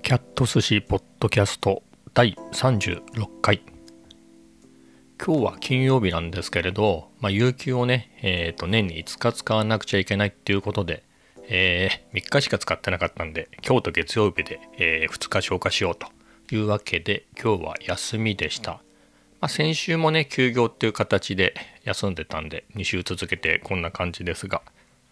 キャット寿司ポッドキャスト第36回。今日は金曜日なんですけれど、有給をね、年に5日使わなくちゃいけないっていうことで、3日しか使ってなかったんで、今日と月曜日で、2日消化しようというわけで、今日は休みでした。先週もね、休業っていう形で休んでたんで、2週続けてこんな感じですが、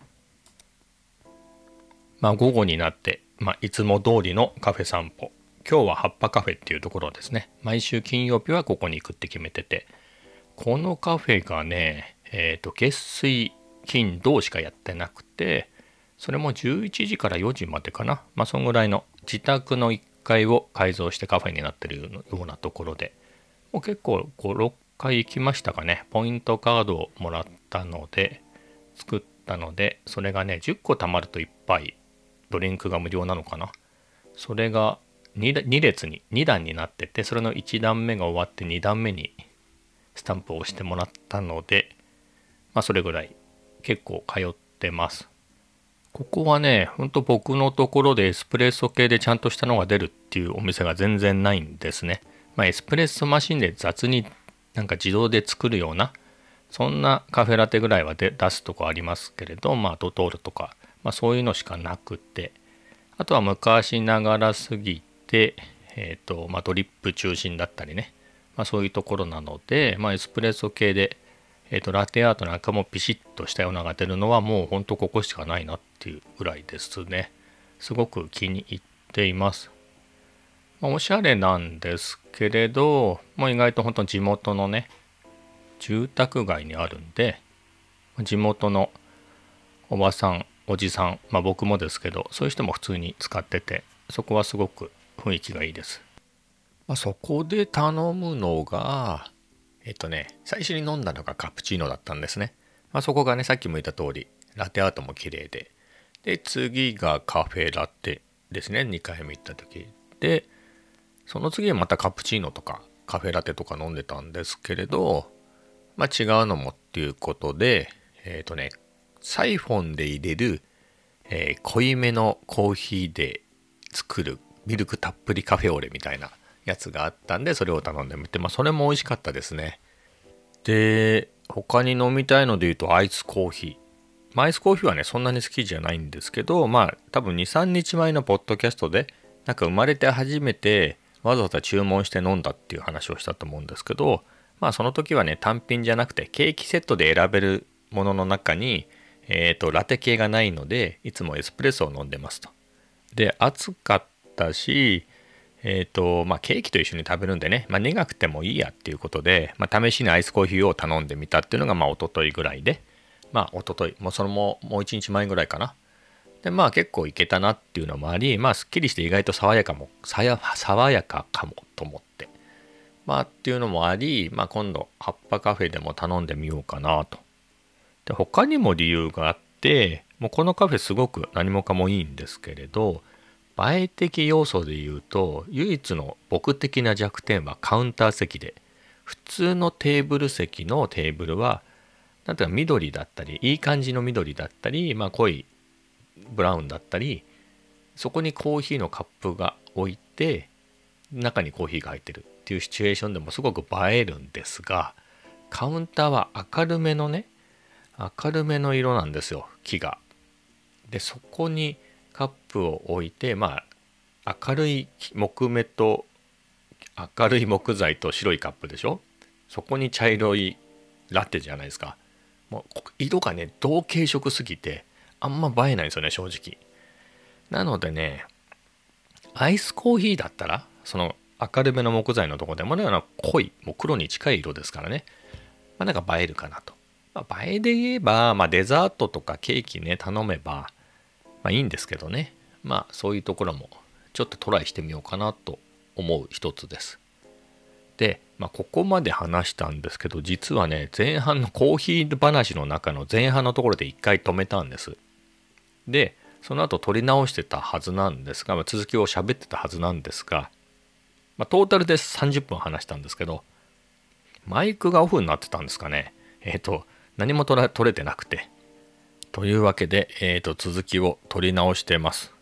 午後になって、いつも通りのカフェ散歩。今日は葉っぱカフェっていうところですね。毎週金曜日はここに行くって決めてて、このカフェがね、月水金土しかやってなくて、それも11時から4時までかな。そのぐらいの自宅の1階を改造してカフェになってるようなところで、もう結構5、6回行きましたかね。ポイントカードをもらったので、作ったので、それがね、10個貯まると1杯。ドリンクが無料なのかな。それが2列に2段になってて、それの1段目が終わって2段目にスタンプを押してもらったので、それぐらい結構通ってます。ここはね、ほんと僕のところでエスプレッソ系でちゃんとしたのが出るっていうお店が全然ないんですね。エスプレッソマシンで雑になんか自動で作るような、そんなカフェラテぐらいは出すとこありますけれど、ドトールとかそういうのしかなくて、あとは昔ながらすぎて、ドリップ中心だったりね、そういうところなので、エスプレッソ系で、ラテアートなんかもピシッとしたようなのが出るのはもうほんとここしかないなっていうぐらいですね。すごく気に入っています。おしゃれなんですけれど、意外と本当地元のね、住宅街にあるんで、地元のおばさんおじさん、僕もですけど、そういう人も普通に使ってて、そこはすごく雰囲気がいいです。そこで頼むのが最初に飲んだのがカプチーノだったんですね。そこがね、さっきも言った通りラテアートも綺麗で、次がカフェラテですね。2回目行った時で、その次はまたカプチーノとかカフェラテとか飲んでたんですけれど、違うのもっていうことで、サイフォンで入れる、濃いめのコーヒーで作るミルクたっぷりカフェオレみたいなやつがあったんで、それを頼んでみて、それも美味しかったですね。で、他に飲みたいので言うとアイスコーヒー。アイスコーヒーはね、そんなに好きじゃないんですけど、多分2、3日前のポッドキャストで、生まれて初めてわざわざ注文して飲んだっていう話をしたと思うんですけど、その時はね、単品じゃなくてケーキセットで選べるものの中に、ラテ系がないので、いつもエスプレッソを飲んでますと。で、暑かったし、ケーキと一緒に食べるんでね、苦くてもいいやっていうことで、試しにアイスコーヒーを頼んでみたっていうのが、一昨日ぐらいで、一昨日もうそれももう1日前ぐらいかな。で、結構いけたなっていうのもあり、すっきりして意外と爽やかかもと思って。っていうのもあり、今度葉っぱカフェでも頼んでみようかなと。で、他にも理由があって、もうこのカフェすごく何もかもいいんですけれど、映え的要素で言うと、唯一の僕的な弱点はカウンター席で、普通のテーブル席のテーブルは、なんていうか緑だったり、いい感じの緑だったり、濃いブラウンだったり、そこにコーヒーのカップが置いて、中にコーヒーが入ってるっていうシチュエーションでもすごく映えるんですが、カウンターは明るめの色なんですよ、木が。で、そこにカップを置いて、明るい木目と明るい木材と白いカップでしょ。そこに茶色いラテじゃないですか。もう色がね、同系色すぎてあんま映えないんですよね、正直。なのでね、アイスコーヒーだったら、その明るめの木材のところでも濃い、もう黒に近い色ですからね、映えるかなと。映えで言えば、デザートとかケーキね、頼めばいいんですけどね。そういうところもちょっとトライしてみようかなと思う一つです。で、ここまで話したんですけど、実はね、前半のコーヒー話の中の前半のところで一回止めたんです。で、その後撮り直してたはずなんですが、続きを喋ってたはずなんですが、トータルで30分話したんですけど、マイクがオフになってたんですかね。何も撮れてなくて。というわけで、続きを撮り直してます。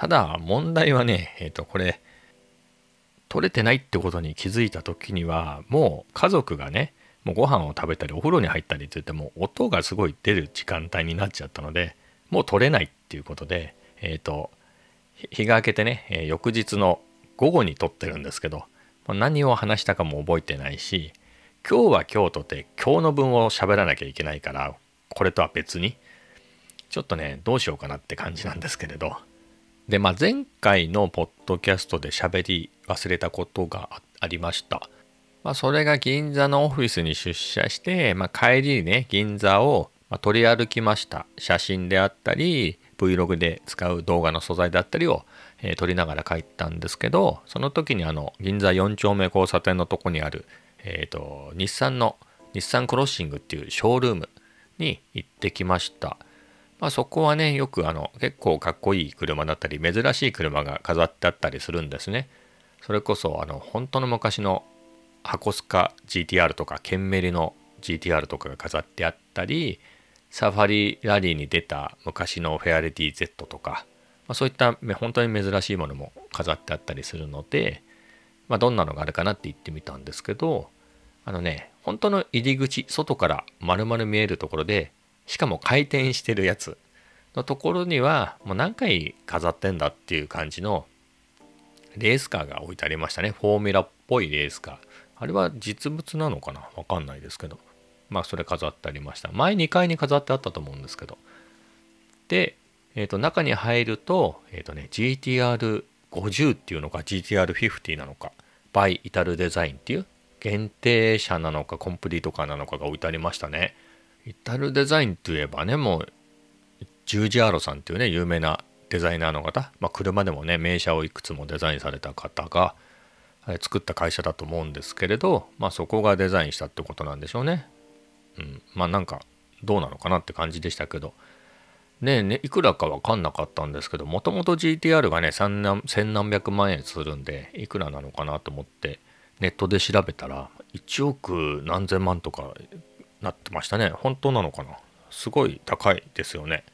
ただ問題はね、これ取れてないってことに気づいた時にはもう家族がね、もうご飯を食べたりお風呂に入ったりって言っても音がすごい出る時間帯になっちゃったので、もう取れないっていうことで、日が明けてね、翌日の午後に撮ってるんですけど、何を話したかも覚えてないし、今日は今日とて今日の分を喋らなきゃいけないから、これとは別にちょっとねどうしようかなって感じなんですけれど、で前回のポッドキャストで喋り忘れたことがありました。それが銀座のオフィスに出社して、帰りにね銀座を取り歩きました。写真であったり Vlog で使う動画の素材だったりを、撮りながら帰ったんですけど、その時に銀座4丁目交差点のとこにある、日産の日産クロッシングっていうショールームに行ってきました。そこはねよく結構かっこいい車だったり珍しい車が飾ってあったりするんですね。それこそ本当の昔の箱スカ GTR とかケンメリの GTR とかが飾ってあったり、サファリラリーに出た昔のフェアレディ Z とか、そういった本当に珍しいものも飾ってあったりするので、どんなのがあるかなって言ってみたんですけど、本当の入り口外から丸々見えるところで、しかも回転してるやつのところにはもう何回飾ってんだっていう感じのレースカーが置いてありましたね。フォーミュラっぽいレースカー。あれは実物なのかな、わかんないですけど、それ飾ってありました。前2階に飾ってあったと思うんですけど、で、中に入ると、GTR50 っていうのか GTR50 なのかバイイタルデザインっていう限定車なのかコンプリートカーなのかが置いてありましたね。イタルデザインといえばね、もうジュージアーロさんっていうね有名なデザイナーの方、車でもね名車をいくつもデザインされた方が作った会社だと思うんですけれど、そこがデザインしたってことなんでしょうね。なんかどうなのかなって感じでしたけどね、いくらか分かんなかったんですけど、もともと GTR がね千何百万円するんで、いくらなのかなと思ってネットで調べたら1億何千万とかなってましたね。本当なのかな。すごい高いですよね。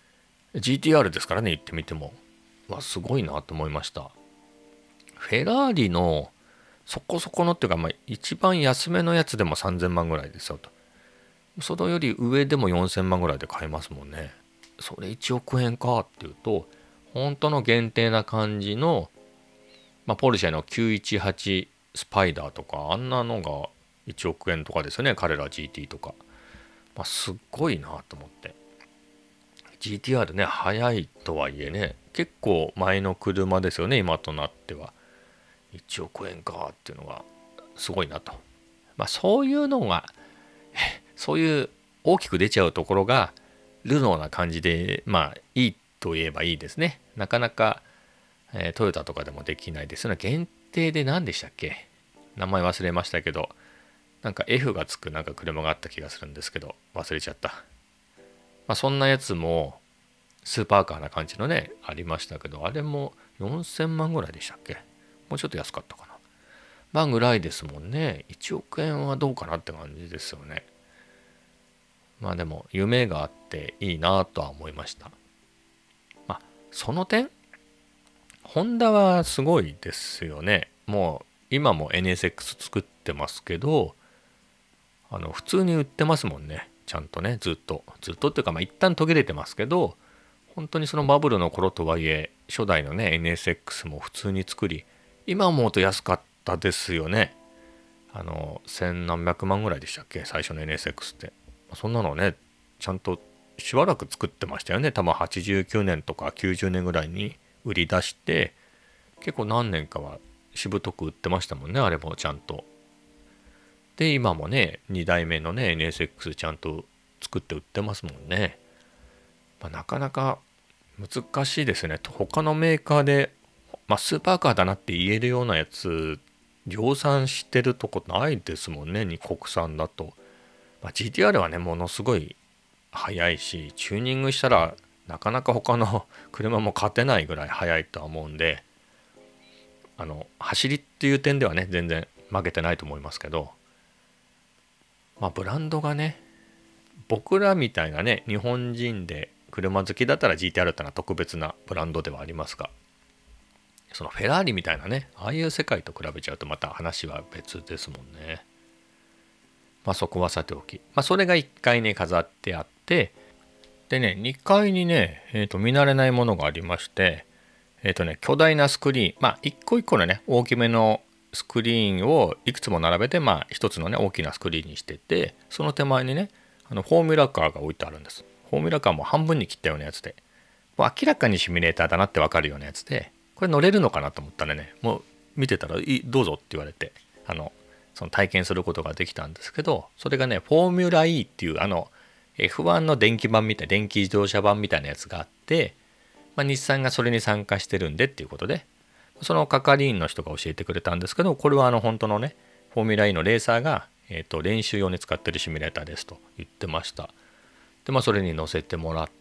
GTR ですからね、言ってみてもすごいなと思いました。フェラーリのそこそこのっていうか、一番安めのやつでも3000万ぐらいですよと。それより上でも4000万ぐらいで買えますもんね。それ1億円かっていうと、本当の限定な感じの、ポルシェの918スパイダーとかあんなのが1億円とかですよね、彼ら GT とか。すっごいなと思って。 GTR ね速いとはいえね結構前の車ですよね、今となっては。1億円かっていうのがすごいなと。そういうのがそういう大きく出ちゃうところがルノーな感じでいいと言えばいいですね。なかなか、トヨタとかでもできないですよね。限定で何でしたっけ、名前忘れましたけど、なんか F がつくなんか車があった気がするんですけど忘れちゃった。そんなやつもスーパーカーな感じのねありましたけど、あれも4000万ぐらいでしたっけ、もうちょっと安かったかな。ぐらいですもんね。1億円はどうかなって感じですよね。でも夢があっていいなとは思いました。その点ホンダはすごいですよね。もう今も NSX 作ってますけど、普通に売ってますもんね。ちゃんとね、ずっとっていうか一旦途切れてますけど、本当にそのバブルの頃とはいえ初代のね NSX も普通に作り、今思うと安かったですよね。千何百万ぐらいでしたっけ、最初の NSX って。そんなのねちゃんとしばらく作ってましたよね。多分89年とか90年ぐらいに売り出して、結構何年かはしぶとく売ってましたもんね、あれもちゃんと。で今もね2代目のね NSX ちゃんと作って売ってますもんね。なかなか難しいですね。他のメーカーで、スーパーカーだなって言えるようなやつ量産してるとこないですもんね、国産だと。GTR はねものすごい速いし、チューニングしたらなかなか他の車も勝てないぐらい速いとは思うんで、走りっていう点ではね全然負けてないと思いますけど、ブランドがね僕らみたいなね日本人で車好きだったら GTR ってのは特別なブランドではありますが、そのフェラーリみたいなね、ああいう世界と比べちゃうとまた話は別ですもんね。まあそこはさておき、それが1階に飾ってあって、でね、2階にね、見慣れないものがありまして、巨大なスクリーン、一個一個のね、大きめのスクリーンをいくつも並べて、一つのね、大きなスクリーンにしてて、その手前にね、フォーミュラカーが置いてあるんです。フォーミュラカーも半分に切ったようなやつで、もう明らかにシミュレーターだなってわかるようなやつで、これ乗れるのかなと思ったらね、もう見てたらどうぞって言われて、その体験することができたんですけど、それがね、フォーミュラ E っていうF1 の電気版みたいな、電気自動車版みたいなやつがあって、日産がそれに参加してるんでっていうことで、その係員の人が教えてくれたんですけど、これは本当のね、フォーミュラ E のレーサーが、練習用に使ってるシミュレーターですと言ってました。で、それに乗せてもらって、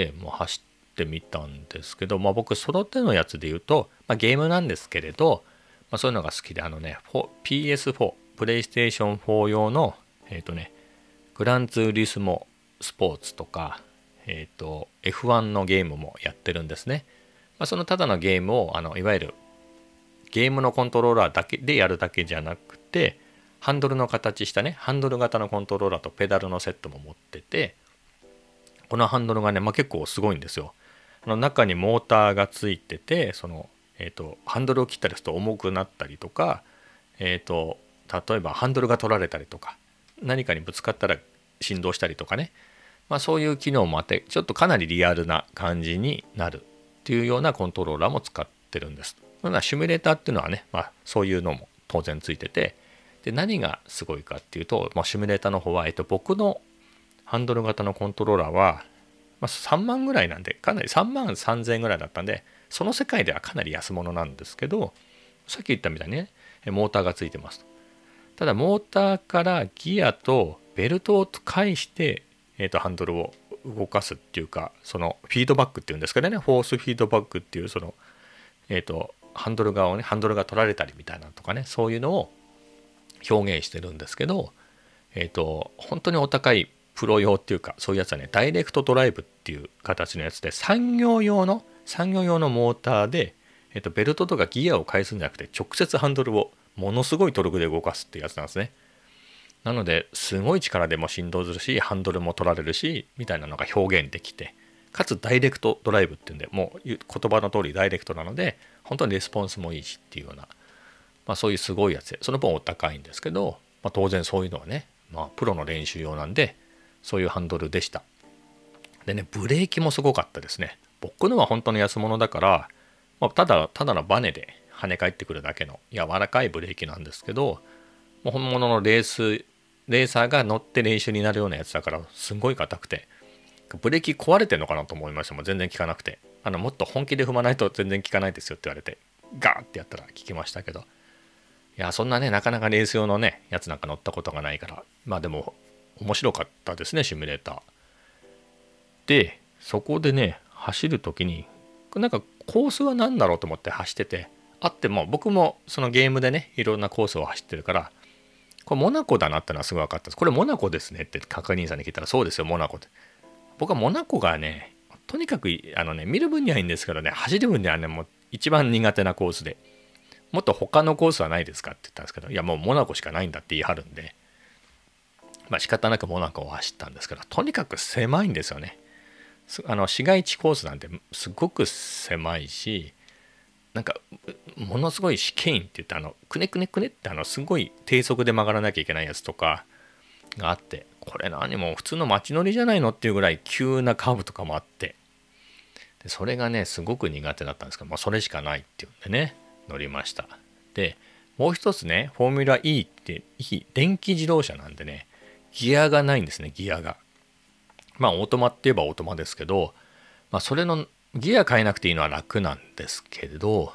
もう走ってみたんですけど、僕、その手のやつで言うと、ゲームなんですけれど、そういうのが好きで、PS4、プレイステーション4用の、グランツーリスモスポーツとか、F1 のゲームもやってるんですね。そのただのゲームをいわゆるゲームのコントローラーだけでやるだけじゃなくて、ハンドルの形したね、ハンドル型のコントローラーとペダルのセットも持ってて、このハンドルがね、結構すごいんですよ。中にモーターがついてて、ハンドルを切ったりすると重くなったりとか、例えばハンドルが取られたりとか、何かにぶつかったら振動したりとかね、そういう機能もあって、ちょっとかなりリアルな感じになるっていうようなコントローラーも使ってるんです。シミュレーターっていうのはね、そういうのも当然ついてて、で何がすごいかっていうと、シミュレーターの方は、僕のハンドル型のコントローラーは、3万ぐらいなんで、かなり3万3000円ぐらいだったんで、その世界ではかなり安物なんですけど、さっき言ったみたいにね、モーターがついてますと。ただモーターからギアとベルトを介して、ハンドルを動かすっていうか、そのフィードバックっていうんですかね、フォースフィードバックっていう、そのハンドル側をね、ハンドルが取られたりみたいなとかね、そういうのを表現してるんですけど、本当にお高いプロ用っていうか、そういうやつはね、ダイレクトドライブっていう形のやつで、産業用のモーターで、ベルトとかギアを返すんじゃなくて、直接ハンドルをものすごいトルクで動かすっていうやつなんですね。なのですごい力でも振動するし、ハンドルも取られるしみたいなのが表現できて、かつダイレクトドライブっていうんで、もう言葉の通りダイレクトなので、本当にレスポンスもいいしっていうような、そういうすごいやつで、その分お高いんですけど、当然そういうのはね、プロの練習用なんで、そういうハンドルでした。でね、ブレーキもすごかったですね。僕のは本当に安物だから、ただのバネで跳ね返ってくるだけの柔らかいブレーキなんですけど、もう本物のレーサーが乗って練習になるようなやつだから、すごい硬くて、ブレーキ壊れてんのかなと思いました。もう全然効かなくて、もっと本気で踏まないと全然効かないですよって言われて、ガーってやったら効きましたけど、いや、そんなね、なかなかレース用のね、やつなんか乗ったことがないから、でも面白かったですね、シミュレーター。で、そこでね、走る時に、なんかコースは何だろうと思って走ってて、あっても、僕もそのゲームでね、いろんなコースを走ってるから、これモナコだなってのはすぐ分かったんです。これモナコですねって確認さんに聞いたら、そうですよ、モナコって。僕はモナコがね、とにかく見る分にはいいんですけどね、走る分にはね、もう一番苦手なコースで、もっと他のコースはないですかって言ったんですけど、いやもうモナコしかないんだって言い張るんで、仕方なくモナコを走ったんですけど、とにかく狭いんですよね。市街地コースなんてすごく狭いし、なんかものすごい試験員って言ってくねくねくねってすごい低速で曲がらなきゃいけないやつとかがあって、これ何も普通の街乗りじゃないのっていうぐらい急なカーブとかもあって、でそれがねすごく苦手だったんですけど、それしかないっていうんでね乗りました。でもう一つね、フォーミュラ E って電気自動車なんでね、ギアがないんですね。ギアがオートマって言えばオートマですけど、それのギア変えなくていいのは楽なんですけれど、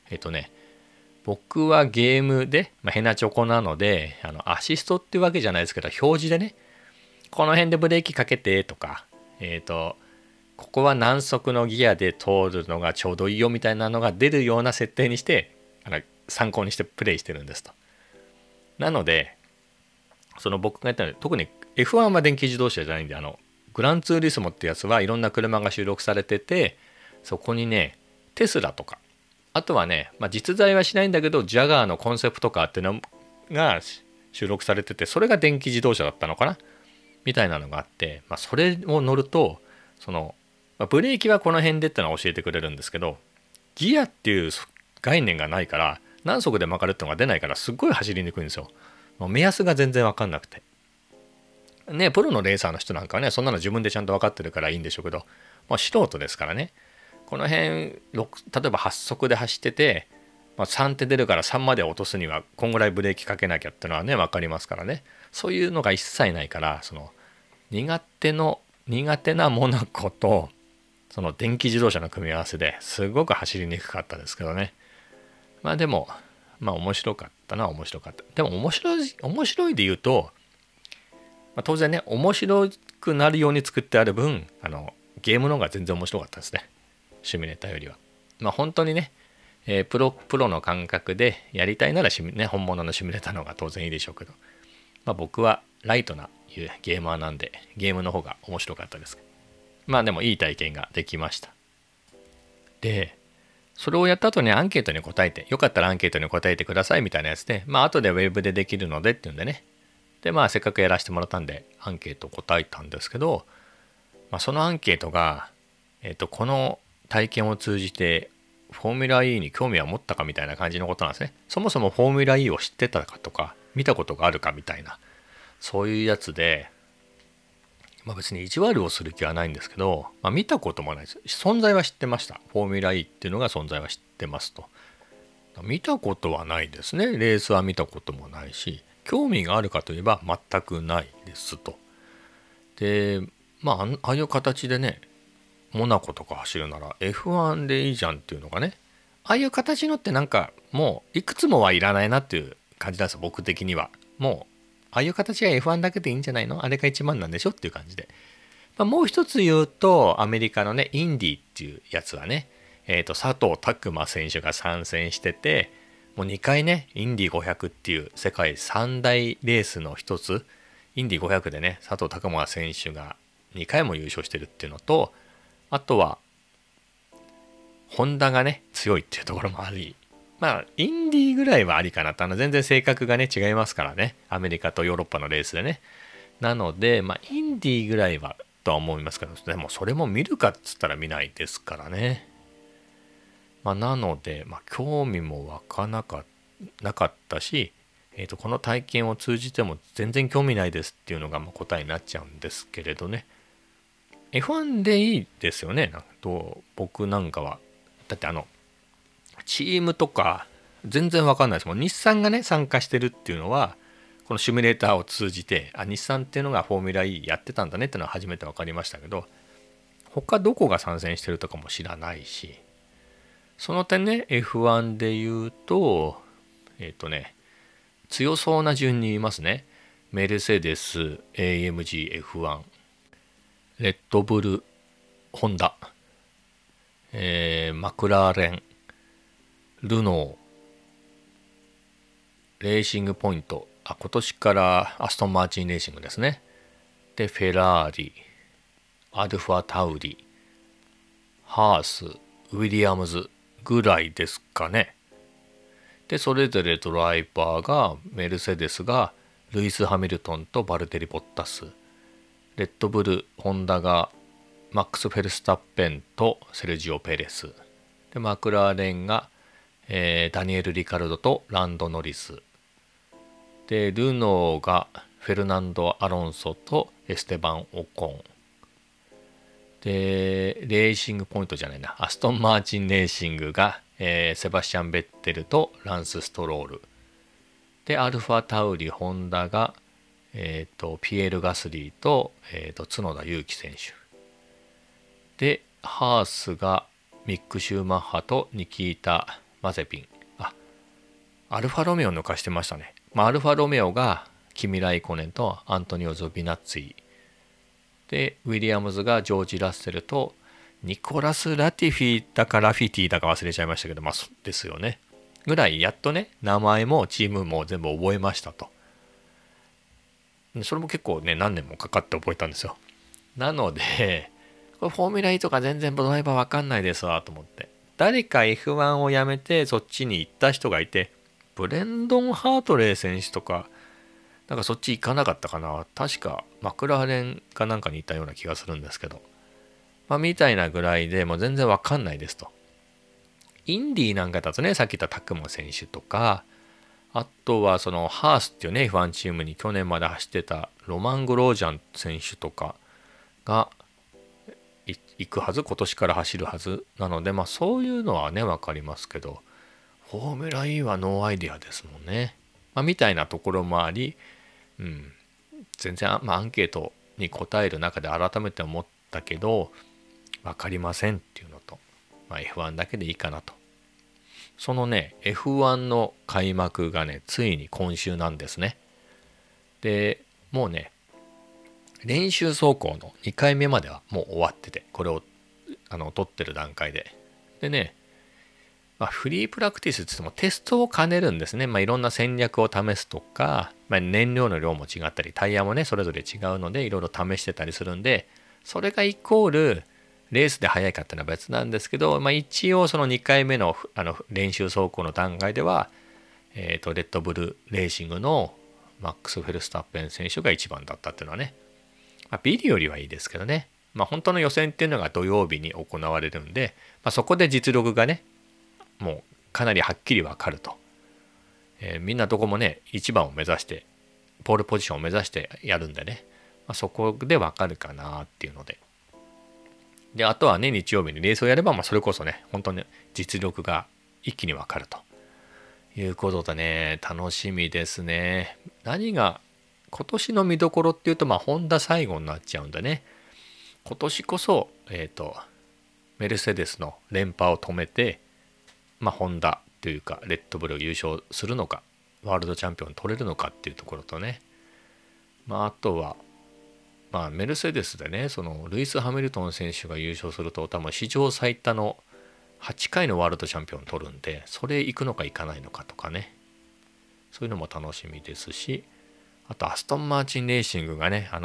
僕はゲームで、ヘナチョコなので、アシストっていうわけじゃないですけど、表示でね、この辺でブレーキかけてとか、ここは何速のギアで通るのがちょうどいいよみたいなのが出るような設定にして、参考にしてプレイしてるんですと。なので、その僕が言ったように、特に F1 は電気自動車じゃないんで、 グランツーリスモってやつはいろんな車が収録されてて、そこにねテスラとか、あとはね、実在はしないんだけどジャガーのコンセプトカーっていうのが収録されてて、それが電気自動車だったのかなみたいなのがあって、それを乗るとブレーキはこの辺でってのは教えてくれるんですけど、ギアっていう概念がないから、何速で曲がるってのが出ないからすっごい走りにくいんですよ。目安が全然分かんなくてね。プロのレーサーの人なんかはね、そんなの自分でちゃんと分かってるからいいんでしょうけど、素人ですからね、この辺例えば8速で走ってて、3って出るから3まで落とすにはこんぐらいブレーキかけなきゃってのはね分かりますからね。そういうのが一切ないから、苦手なモナコとその電気自動車の組み合わせですごく走りにくかったですけどね。でも面白かったな。面白かった。でも面白いで言うと、当然ね面白くなるように作ってある分ゲームの方が全然面白かったですね、シミュレーターよりは。本当にね、プロの感覚でやりたいなら本物のシミュレーターの方が当然いいでしょうけど、僕はライトなゲーマーなんでゲームの方が面白かったです。でもいい体験ができました。でそれをやった後にアンケートに答えて、よかったらアンケートに答えてくださいみたいなやつで、後でウェブでできるのでっていうんでね。でせっかくやらせてもらったんでアンケート答えたんですけど、そのアンケートが、この体験を通じてフォーミュラ E に興味は持ったかみたいな感じのことなんですね。そもそもフォーミュラ E を知ってたかとか見たことがあるかみたいな、そういうやつで、別に意地悪をする気はないんですけど、見たこともないです。存在は知ってました。フォーミュラ E っていうのが存在は知ってますと。見たことはないですね。レースは見たこともないし、興味があるかといえば全くないですと。でああいう形でね、モナコとか走るなら F1 でいいじゃんっていうのがね、ああいう形のってなんかもういくつもはいらないなっていう感じなんですよ、僕的には。もうああいう形が F1 だけでいいんじゃないの、あれが一番なんでしょっていう感じで。もう一つ言うと、アメリカのねインディっていうやつはね、佐藤拓磨選手が参戦してて、もう2回ねインディ500っていう世界三大レースの一つ、インディ500でね佐藤拓磨選手が2回も優勝してるっていうのと、あとはホンダがね強いっていうところもあり、インディーぐらいはありかなと。全然性格がね違いますからね、アメリカとヨーロッパのレースでね。なのでインディーぐらいはとは思いますけど、でもそれも見るかっつったら見ないですからね。なので興味も湧かなかったし、この体験を通じても全然興味ないですっていうのが答えになっちゃうんですけれどね。F1 でいいですよね。僕なんかはだってチームとか全然わかんないですもん。日産がね参加してるっていうのはこのシミュレーターを通じて、日産っていうのがフォーミュラ E やってたんだねっていうのは初めて分かりましたけど、他どこが参戦してるとかも知らないし、その点ね F1 で言うと強そうな順に言いますね。メルセデス、AMG、F1、レッドブル、ホンダ、マクラーレン、ルノー、レーシングポイント、今年からアストンマーチンレーシングですね。でフェラーリ、アルファタウリ、ハース、ウィリアムズぐらいですかね。でそれぞれドライバーが、メルセデスがルイス・ハミルトンとバルテリ・ボッタス、レッドブル・ホンダがマックス・フェルスタッペンとセルジオ・ペレスで、マクラーレンが、ダニエル・リカルドとランド・ノリスで、ルノーがフェルナンド・アロンソとエステバン・オコンで、レーシングポイントじゃないな、アストン・マーチンレーシングが、セバスチャン・ベッテルとランス・ストロールで、アルファタウリ・ホンダが、ピエール・ガスリーと、角田裕樹選手で、ハースがミック・シューマッハとニキータ・マゼピン、アルファロメオ抜かしてましたね。アルファロメオがキミ・ライコネンとアントニオ・ゾビナッツィで、ウィリアムズがジョージ・ラッセルとニコラス・ラティフィだかラフィティだか忘れちゃいましたけど、ですよねぐらい、やっとね名前もチームも全部覚えましたと。それも結構ね何年もかかって覚えたんですよ。 なのでこれフォーミュラ E とか全然ドライバーわかんないですわと思って、誰か F1 をやめてそっちに行った人がいて、ブレンドン・ハートレー選手とかなんかそっち行かなかったかな、確かマクラーレンかなんかに行ったような気がするんですけど、みたいなぐらいでもう全然わかんないですと。インディーなんかだとね、さっき言ったタクモ選手とか、あとはそのハースっていうね F1 チームに去年まで走ってたロマン・グロージャン選手とかが行くはず、今年から走るはずなので、そういうのはね分かりますけど、フォーミュラ E はノーアイデアですもんね。みたいなところもあり、全然、アンケートに答える中で改めて思ったけど分かりませんっていうのと、F1 だけでいいかなと。そのね F1 の開幕がねついに今週なんですね。でもうね練習走行の2回目まではもう終わってて、これを撮ってる段階でね、フリープラクティスって言ってもテストを兼ねるんですね。いろんな戦略を試すとか、燃料の量も違ったりタイヤもねそれぞれ違うのでいろいろ試してたりするんで、それがイコールレースで速いかっていうのは別なんですけど、一応その2回目の練習走行の段階では、レッドブルレーシングのマックス・フェルスタッペン選手が一番だったっていうのはね、ビリよりはいいですけどね、本当の予選っていうのが土曜日に行われるんで、そこで実力がねもうかなりはっきりわかると、みんなどこもね1番を目指してポールポジションを目指してやるんでね、そこでわかるかなっていうので、あとはね日曜日にレースをやれば、それこそね本当に実力が一気にわかるということでね、楽しみですね。何が今年の見どころっていうと、ホンダ最後になっちゃうんでね、今年こそメルセデスの連覇を止めて、ホンダというかレッドブルを優勝するのか、ワールドチャンピオン取れるのかっていうところとね、あとはメルセデスでねそのルイス・ハミルトン選手が優勝すると多分史上最多の8回のワールドチャンピオン取るんで、それ行くのか行かないのかとかね、そういうのも楽しみですし、あとアストンマーチンレーシングがね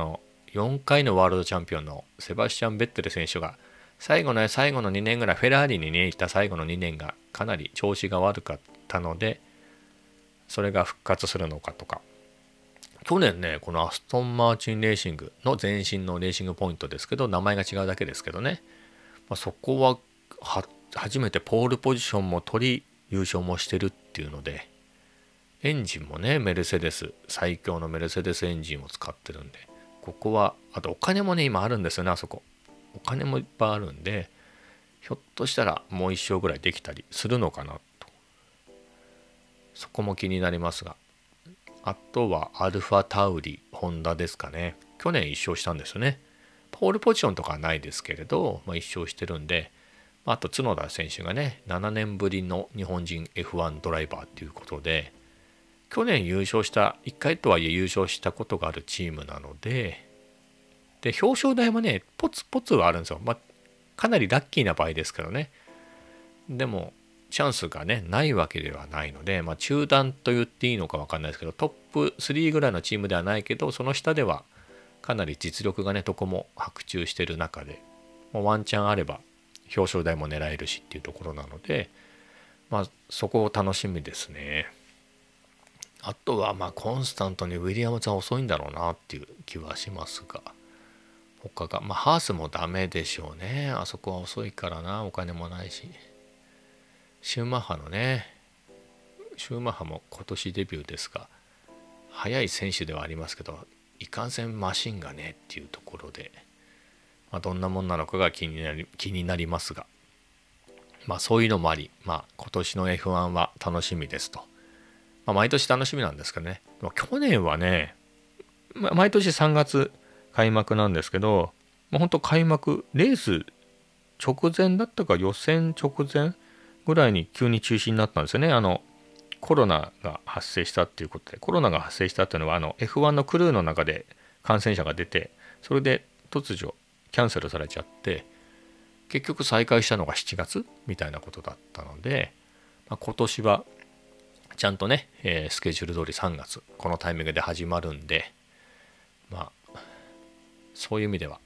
4回のワールドチャンピオンのセバスチャン・ベッテル選手が最後の2年ぐらいフェラーリにねいた最後の2年がかなり調子が悪かったので、それが復活するのかとか、去年ねこのアストンマーチンレーシングの前身のレーシングポイントですけど、名前が違うだけですけどね、そこは初めてポールポジションも取り優勝もしてるっていうので、エンジンもねメルセデス最強のメルセデスエンジンを使ってるんで、ここはあとお金もね今あるんですよね、あそこお金もいっぱいあるんで、ひょっとしたらもう一勝ぐらいできたりするのかなと、そこも気になりますが、あとはアルファタウリホンダですかね、去年一勝したんですよね。ポールポジションとかはないですけれど、一勝してるんで、あと角田選手がね7年ぶりの日本人 F1 ドライバーということで、去年優勝した1回とはいえ優勝したことがあるチームなので、表彰台もねポツポツはあるんですよ。かなりラッキーな場合ですけどね、でもチャンスがねないわけではないので、中段と言っていいのか分かんないですけど、トップ3ぐらいのチームではないけど、その下ではかなり実力がねどこも伯仲してる中で、もうワンチャンあれば表彰台も狙えるしっていうところなので、そこを楽しみですね。あとはコンスタントにウィリアムズは遅いんだろうなっていう気はしますが、他がハースもダメでしょうね、あそこは遅いからな、お金もないし。シューマッハのね、シューマッハも今年デビューですが、速い選手ではありますけど、いかんせんマシンがねっていうところで、どんなもんなのかが気になりますが、そういうのもあり、今年の F1 は楽しみですと。毎年楽しみなんですけどね、去年はね、毎年3月開幕なんですけど、本当開幕レース直前だったか予選直前ぐらいに急に中止になったんですよね。コロナが発生したっていうことで、コロナが発生したっていうのはF1 のクルーの中で感染者が出て、それで突如キャンセルされちゃって、結局再開したのが7月みたいなことだったので、今年はちゃんとね、スケジュール通り3月このタイミングで始まるんで、そういう意味では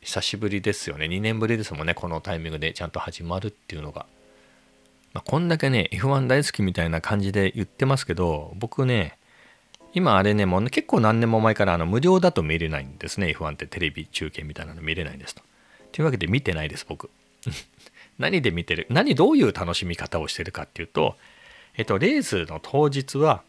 久しぶりですよね。2年ぶりですもんね、このタイミングでちゃんと始まるっていうのが。こんだけね F1 大好きみたいな感じで言ってますけど、僕ね今あれねもうね結構何年も前から無料だと見れないんですね。 F1 ってテレビ中継みたいなの見れないですと。というわけで見てないです僕。何で見てる、どういう楽しみ方をしてるかっていうと、レースの当日は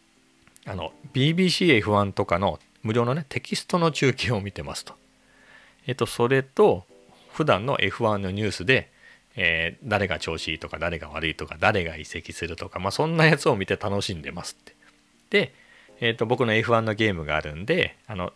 BBCF1 とかの無料のねテキストの中継を見てますと。それと普段の F1 のニュースで、誰が調子いいとか誰が悪いとか誰が移籍するとか、そんなやつを見て楽しんでますって。で、僕の F1 のゲームがあるんで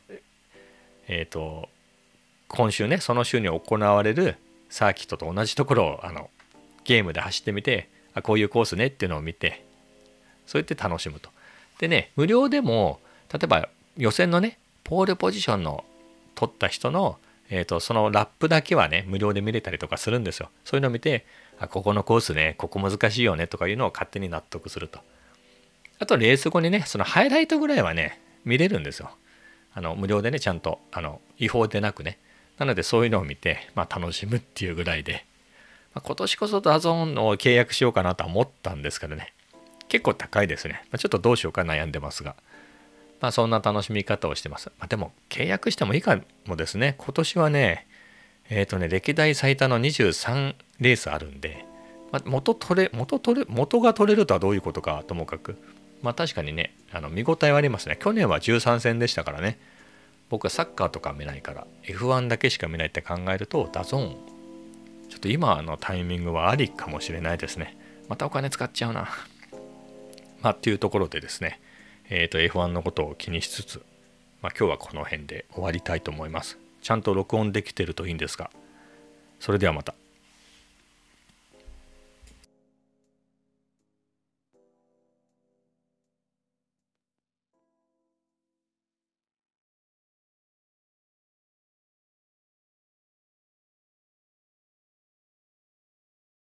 今週ねその週に行われるサーキットと同じところをゲームで走ってみて、こういうコースねっていうのを見て、そうやって楽しむと。でね、無料でも例えば予選のねポールポジションの取った人の、そのラップだけはね無料で見れたりとかするんですよ。そういうのを見て、ここのコースねここ難しいよねとかいうのを勝手に納得すると。あとレース後にねそのハイライトぐらいはね見れるんですよ。無料でねちゃんと違法でなくね。なのでそういうのを見て、楽しむっていうぐらいで、今年こそダゾーンを契約しようかなとは思ったんですけどね、結構高いですね。ちょっとどうしようか悩んでますが、そんな楽しみ方をしてます。でも契約してもいいかもですね。今年はね歴代最多の23レースあるんで、元が取れるとはどういうことかともかく、確かにね見応えはありますね。去年は13戦でしたからね。僕はサッカーとか見ないから F1 だけしか見ないって考えるとダゾーンちょっと今のタイミングはありかもしれないですね。またお金使っちゃうな。っていうところでですね、F1 のことを気にしつつ、今日はこの辺で終わりたいと思います。ちゃんと録音できてるといいんですが、それではまた。